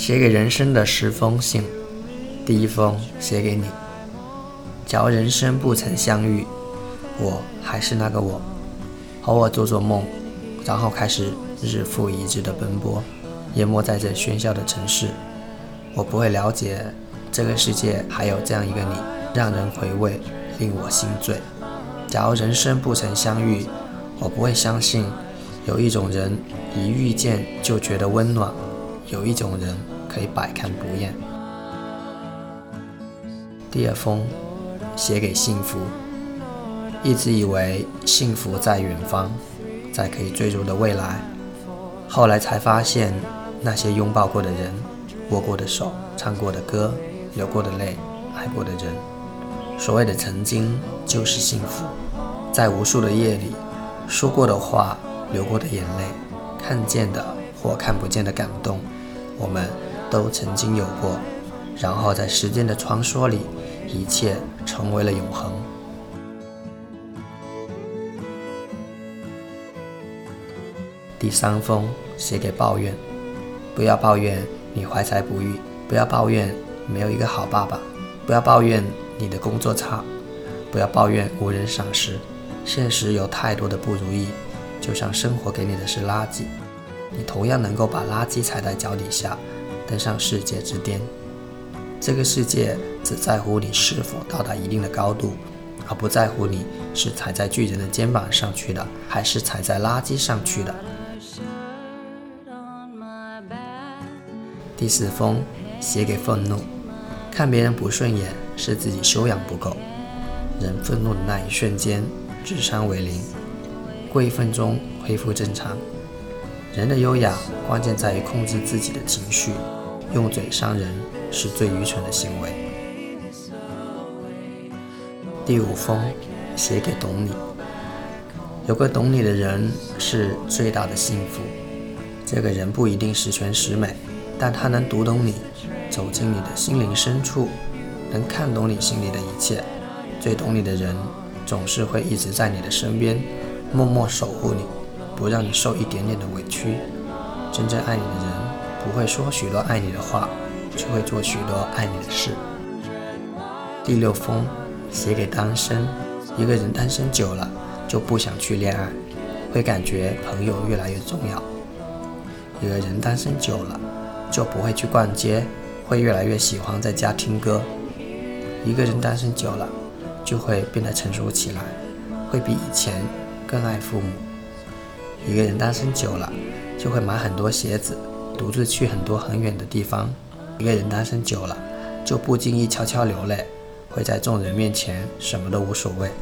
写给人生的10封信，第1封写给你。假如人生不曾相遇，我还是那个我，和我做做梦，然后开始日复一日的奔波，淹没在这喧嚣的城市。我不会了解这个世界还有这样一个你，让人回味，令我心醉。假如人生不曾相遇，我不会相信有一种人一遇见就觉得温暖，有一种人可以百看不厌。第2封写给幸福。一直以为幸福在远方，在可以追逐的未来，后来才发现那些拥抱过的人，握过的手，唱过的歌，流过的泪，爱过的人。所谓的曾经就是幸福，在无数的夜里，说过的话，流过的眼泪，看见的或看不见的感动，我们都曾经有过，然后在时间的传说里，一切成为了永恒。第3封写给抱怨。不要抱怨你怀才不遇，不要抱怨没有一个好爸爸，不要抱怨你的工作差，不要抱怨无人赏识。现实有太多的不如意，就像生活给你的是垃圾，你同样能够把垃圾踩在脚底下，登上世界之巅。这个世界只在乎你是否到达一定的高度，而不在乎你是踩在巨人的肩膀上去的，还是踩在垃圾上去的。第4封写给愤怒。看别人不顺眼是自己修养不够，人愤怒的那一瞬间智商为0，过1分钟恢复正常。人的优雅关键在于控制自己的情绪，用嘴伤人是最愚蠢的行为。第5封写给懂你。有个懂你的人是最大的幸福。这个人不一定十全十美，但他能读懂你，走进你的心灵深处，能看懂你心里的一切。最懂你的人总是会一直在你的身边，默默守护你，不让你受一点点的委屈。真正爱你的人不会说许多爱你的话，却会做许多爱你的事。第6封写给单身。一个人单身久了就不想去恋爱，会感觉朋友越来越重要。一个人单身久了就不会去逛街，会越来越喜欢在家听歌。一个人单身久了就会变得成熟起来，会比以前更爱父母。一个人单身久了就会买很多鞋子，独自去很多很远的地方。一个人单身久了就不经意悄悄流泪，会在众人面前什么都无所谓。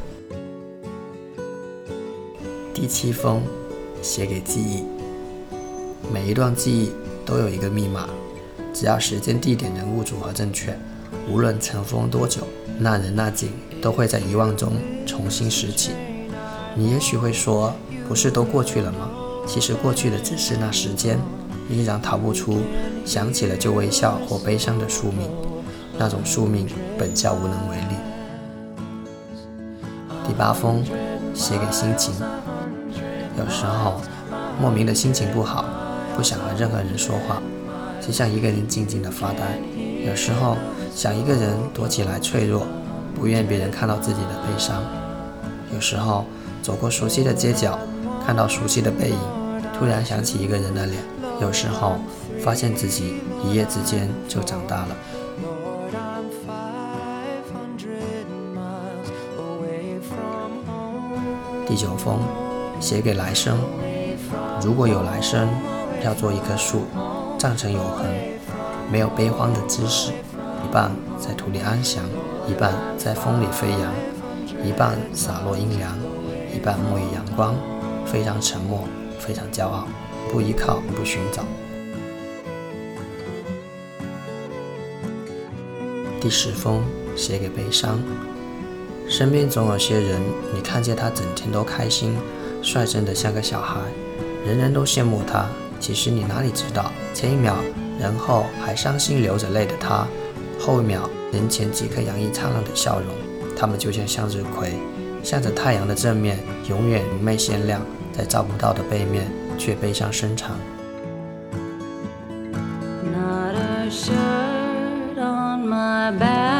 第7封写给记忆。每一段记忆都有一个密码，只要时间地点人物组合正确，无论尘封多久，那人那景都会在遗忘中重新拾起。你也许会说，不是都过去了吗？其实过去的只是那时间，依然逃不出想起了就微笑或悲伤的宿命，那种宿命本叫无能为力。第8封写给心情。有时候莫名的心情不好，不想和任何人说话，只想一个人静静的发呆。有时候想一个人躲起来脆弱，不愿别人看到自己的悲伤。有时候走过熟悉的街角，看到熟悉的背影，突然想起一个人的脸。有时候发现自己一夜之间就长大了。第9封写给来生。如果有来生，要做一棵树，长成永恒，没有悲欢的姿势，一半在土里安详，一半在风里飞扬，一半洒落阴凉，一半沐浴阳光，非常沉默，非常骄傲，不依靠，不寻找。第10封写给悲伤。身边总有些人，你看见他整天都开心，率真的像个小孩，人人都羡慕他。其实你哪里知道，前一秒人后还伤心流着泪的他，后一秒人前即刻洋溢灿烂的笑容。他们就像向日葵，向着太阳的正面永远明媚鲜亮，在照不到的背面却悲伤深长。 shirt on my back.